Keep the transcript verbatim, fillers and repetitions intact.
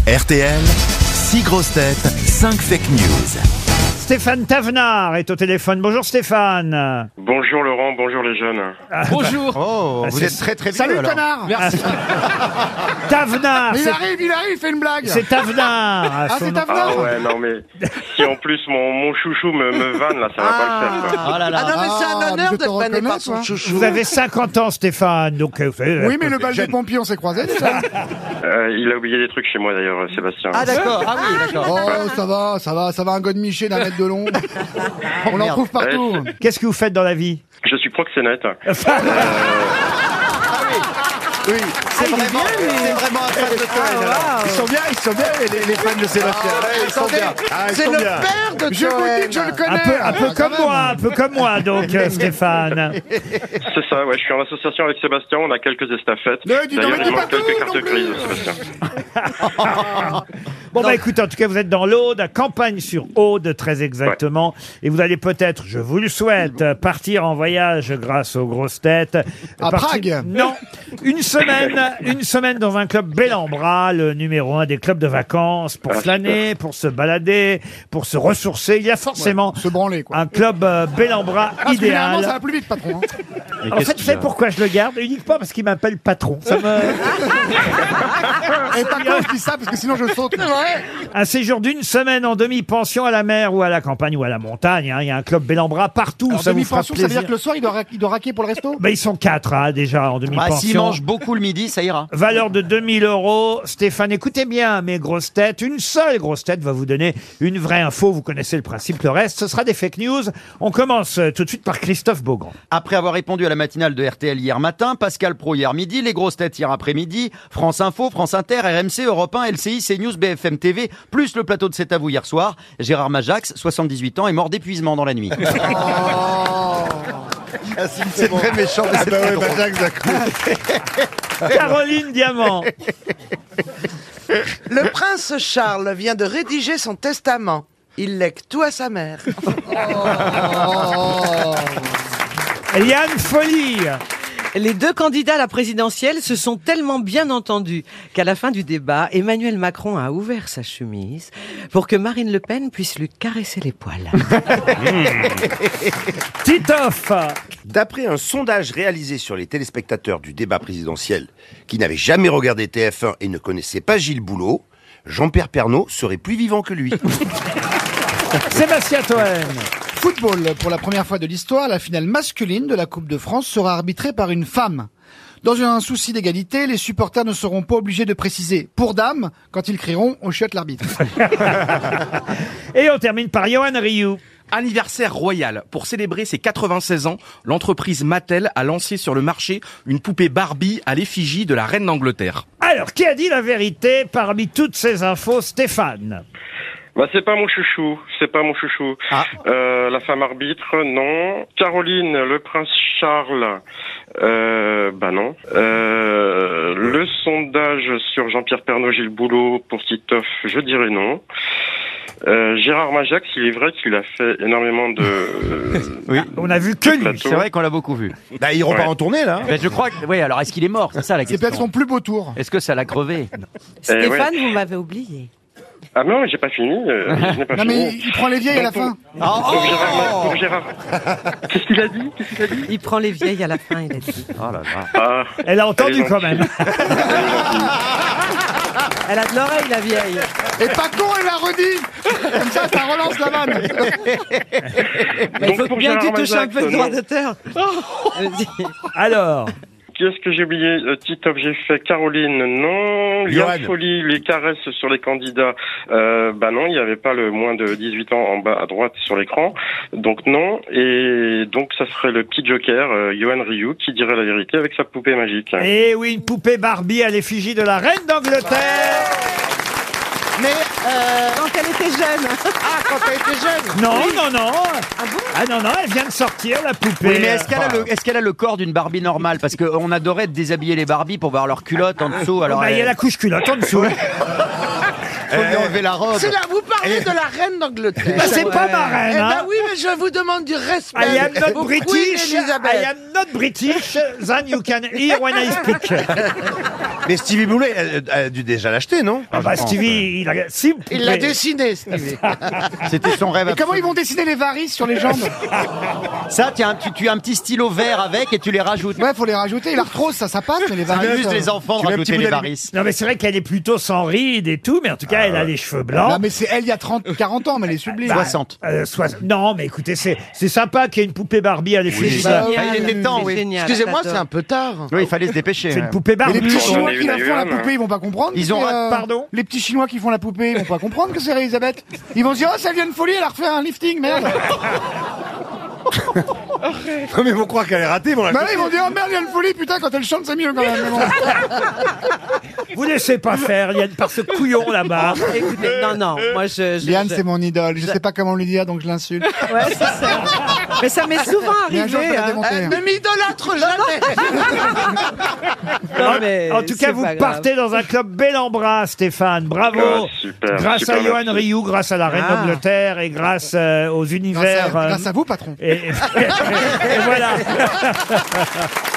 R T L, six grosses têtes, cinq fake news. Stéphane Tavenard est au téléphone. Bonjour Stéphane. Bonjour Laurent, bonjour les jeunes. Ah, Bonjour. Oh, Vous êtes très très vieux. Salut alors. connard. Merci. Tavenard. Il c'est- arrive, il arrive, il fait une blague. C'est Tavenard. Ah, son c'est nom. Tavenard. Ah ouais, non mais si en plus mon, mon chouchou me, me vanne là, ça va pas le faire quoi. Oh là là. Ah non, mais c'est Ah, un mais honneur je te d'être vanné reconnais, par son toi. chouchou. Vous avez cinquante ans Stéphane. Donc, euh, euh, Oui, mais le bal des pompiers, on s'est croisés déjà. Euh, il a oublié des trucs chez moi d'ailleurs, Sébastien. Ah d'accord. Ah oui, d'accord. Oh, ça va, ça va, ça va, un god miché d'un mètre de long. On en trouve partout. qu'est-ce que vous faites dans la vie? Je suis proxénète. Oui, c'est vraiment, c'est vraiment un fan de Toen. alors. Ils sont bien, ils sont bien, les, les fans de Sébastien. Ils sont bien. Ah, ils C'est sont le bien. père de Je vous dis que je le Toen. Un connais. peu, un peu Ah, comme quand moi, même. un peu comme moi donc euh, Stéphane. C'est ça, ouais, je suis en association avec Sébastien, on a quelques estafettes. Ne, dis donc, D'ailleurs, mais il dis manque pas quelques tout, cartes non plus. grises, Sébastien. Bon bah écoutez, en tout cas vous êtes dans l'Aude, à Campagne-sur-Aude très exactement, et vous allez peut-être, je vous le souhaite, partir en voyage grâce aux grosses têtes. À Partir- Prague. Non, une semaine, une semaine dans un club bel en bras, le numéro un des clubs de vacances, pour Ah, flâner, pour se balader, pour se ressourcer. Il y a forcément Se branler, quoi. un club euh, bel en bras Parce que généralement, ça idéal. va plus vite, patron. hein. En fait, c'est pourquoi je le garde, uniquement parce qu'il m'appelle patron. Ça me... Et pas quand je dis ça, parce que sinon je saute. Un séjour d'une semaine en demi-pension à la mer ou à la campagne ou à la montagne. hein. Il y a un club bel en bras partout. Alors, ça vous fera demi-pension, ça veut plaisir. dire que le soir, il doit, ra- il doit raquer pour le resto. Ben, ils sont quatre hein, déjà en Bah, demi-pension. s'il mange beaucoup le midi, ça ira. Valeur de deux mille euros. Stéphane, écoutez bien mes grosses têtes. Une seule grosse tête va vous donner une vraie info. Vous connaissez le principe. Le reste, ce sera des fake news. On commence euh, tout de suite par Christophe Beaugrand. Après avoir répondu à la matinale de R T L hier matin, Pascal Pro hier midi, les grosses têtes hier après-midi, France Info, France Inter, R M C, Europe un, L C I, CNews, B F M T V, plus le plateau de C'est à vous hier soir, Gérard Majax, soixante-dix-huit ans, est mort d'épuisement dans la nuit. C'est très méchant, mais c'est très drôle. Caroline Diamant. Le prince Charles vient de rédiger son testament. Il lègue tout à sa mère. Liane Folly. Les deux candidats à la présidentielle se sont tellement bien entendus qu'à la fin du débat, Emmanuel Macron a ouvert sa chemise pour que Marine Le Pen puisse lui caresser les poils. Titoff. D'après un sondage réalisé sur les téléspectateurs du débat présidentiel qui n'avaient jamais regardé T F un et ne connaissaient pas Gilles Boulot, Jean-Pierre Pernaut serait plus vivant que lui. Sébastien Toen. Football, pour la première fois de l'histoire, la finale masculine de la Coupe de France sera arbitrée par une femme. Dans un souci d'égalité, les supporters ne seront pas obligés de préciser « pour dame » quand ils crieront « on chiotte l'arbitre ». Et on termine par Johan Rioux. Anniversaire royal. Pour célébrer ses quatre-vingt-seize ans, l'entreprise Mattel a lancé sur le marché une poupée Barbie à l'effigie de la reine d'Angleterre. Alors, qui a dit la vérité parmi toutes ces infos, Stéphane? Bah c'est pas mon chouchou, c'est pas mon chouchou. Ah. Euh, la femme arbitre, non. Caroline, le prince Charles, euh, bah non. Euh, le sondage sur Jean-Pierre Pernaut, Gilles Boulot pour Titoff, je dirais non. Euh, Gérard Majax, il est vrai qu'il a fait énormément de... Oui. On a vu que lui. plateau. C'est vrai qu'on l'a beaucoup vu. Bah, il repart Ouais. en tournée, là. Mais je crois que... Oui, alors est-ce qu'il est mort? C'est ça la C'est peut-être question. son plus beau tour. Est-ce que ça l'a crevé? Eh ouais. Stéphane, vous m'avez oublié. Ah non, j'ai pas fini. euh, je n'ai pas Non fini. mais il prend les vieilles à la Donc, fin. Oh, Pour Gérard, pour Gérard. Qu'est-ce qu'il a dit Qu'est-ce qu'il a dit Il prend les vieilles à la fin, il a dit. Oh là là. Ah, Elle a entendu Elle est quand même. Elle a de l'oreille, la vieille. Et pas con, il l'a redit. Comme ça, ça relance la vanne. Mais il Donc, faut pour bien que tu Gérard touches un Majax, peu de droit non. d'auteur. Vas-y. Alors, Qu'est-ce que j'ai oublié euh, Titoff, j'ai fait Caroline, non. Johan. Liane Folie, les caresses sur les candidats, euh, bah non, il n'y avait pas le moins de dix-huit ans en bas à droite sur l'écran, donc non. Et donc ça serait le petit joker, euh, Johan Rioux, qui dirait la vérité avec sa poupée magique. et oui, une poupée Barbie à l'effigie de la reine d'Angleterre. Mais euh, Quand elle était jeune. ah, quand elle était jeune. Non, non, non. Ah non, non, elle vient de sortir, la poupée. Oui, mais est-ce qu'elle a, le- est-ce qu'elle a le corps d'une Barbie normale? Parce qu'on adorait déshabiller les Barbies pour voir leurs culottes en dessous. Oh, Alors, bah, il y a elle- la couche culotte en dessous. faut lui enlever la robe. C'est là, vous parlez de la reine d'Angleterre. Bah, c'est pas ma Eh reine, ben hein. oui, mais je vous demande du respect. I am not Pour British. Queen Elizabeth. I am not British. Then you can hear when I speak. Mais Stevie Boulet elle, elle a dû déjà l'acheter, non? Ah bah Stevie, il a... Si, Il l'a dessiné, Stevie. C'était son rêve. Et comment ils vont dessiner les varices sur les jambes? Ça, tiens, tu, tu as un petit stylo vert avec et tu les rajoutes. Ouais, faut les rajouter. L'arthrose, ça, ça passe, mais les Ça varices. amuse euh, les enfants de Tu mets un rajouter petit bout les d'aluminium. varices. Non mais c'est vrai qu'elle est plutôt sans rides et tout, mais en tout cas elle a les cheveux blancs. Non, mais c'est elle il y a trente, quarante ans, mais elle est sublime. Bah, soixante. euh, soix- Non mais écoutez, c'est c'est sympa qu'il y ait une poupée Barbie à l'effigie. Bah, ouais, Ah, il était temps, C'est oui. génial, Excusez-moi, j'adore. c'est un peu tard. Oui, il fallait se dépêcher. C'est une ouais. poupée Mais Barbie. les petits On Chinois a qui eu la la font la Yuan. poupée, ils vont pas comprendre. Ils ont que, rat- pardon Les petits Chinois qui font la poupée, ils vont pas comprendre que c'est Elisabeth. Ils vont se dire, oh, ça vient de folie, elle a refait un lifting, merde. Non, mais ils vont croire qu'elle est ratée. Bon, Bah là, ils vont dire, oh merde, il y a une folie, putain, quand elle chante, c'est mieux quand même. Mais bon. Vous laissez pas faire, Liane, par ce couillon là-bas. Écoutez, non, non, moi je... je Liane, je- c'est mon idole. Je sais pas comment lui dire, donc je l'insulte. Ouais, c'est ça. Mais ça m'est souvent Mais un jour, je arrivé. vais la hein. démonter. Euh, ne m'idolâtre jamais. Non, mais En tout cas, c'est vous pas grave. partez dans un club bel en bras, Stéphane. Bravo. Ah, super, grâce super, à Johan merci. Rioux, grâce à la reine Ah. d'Angleterre et grâce euh, aux Grâce univers. à, euh, grâce à vous, patron. et, et voilà.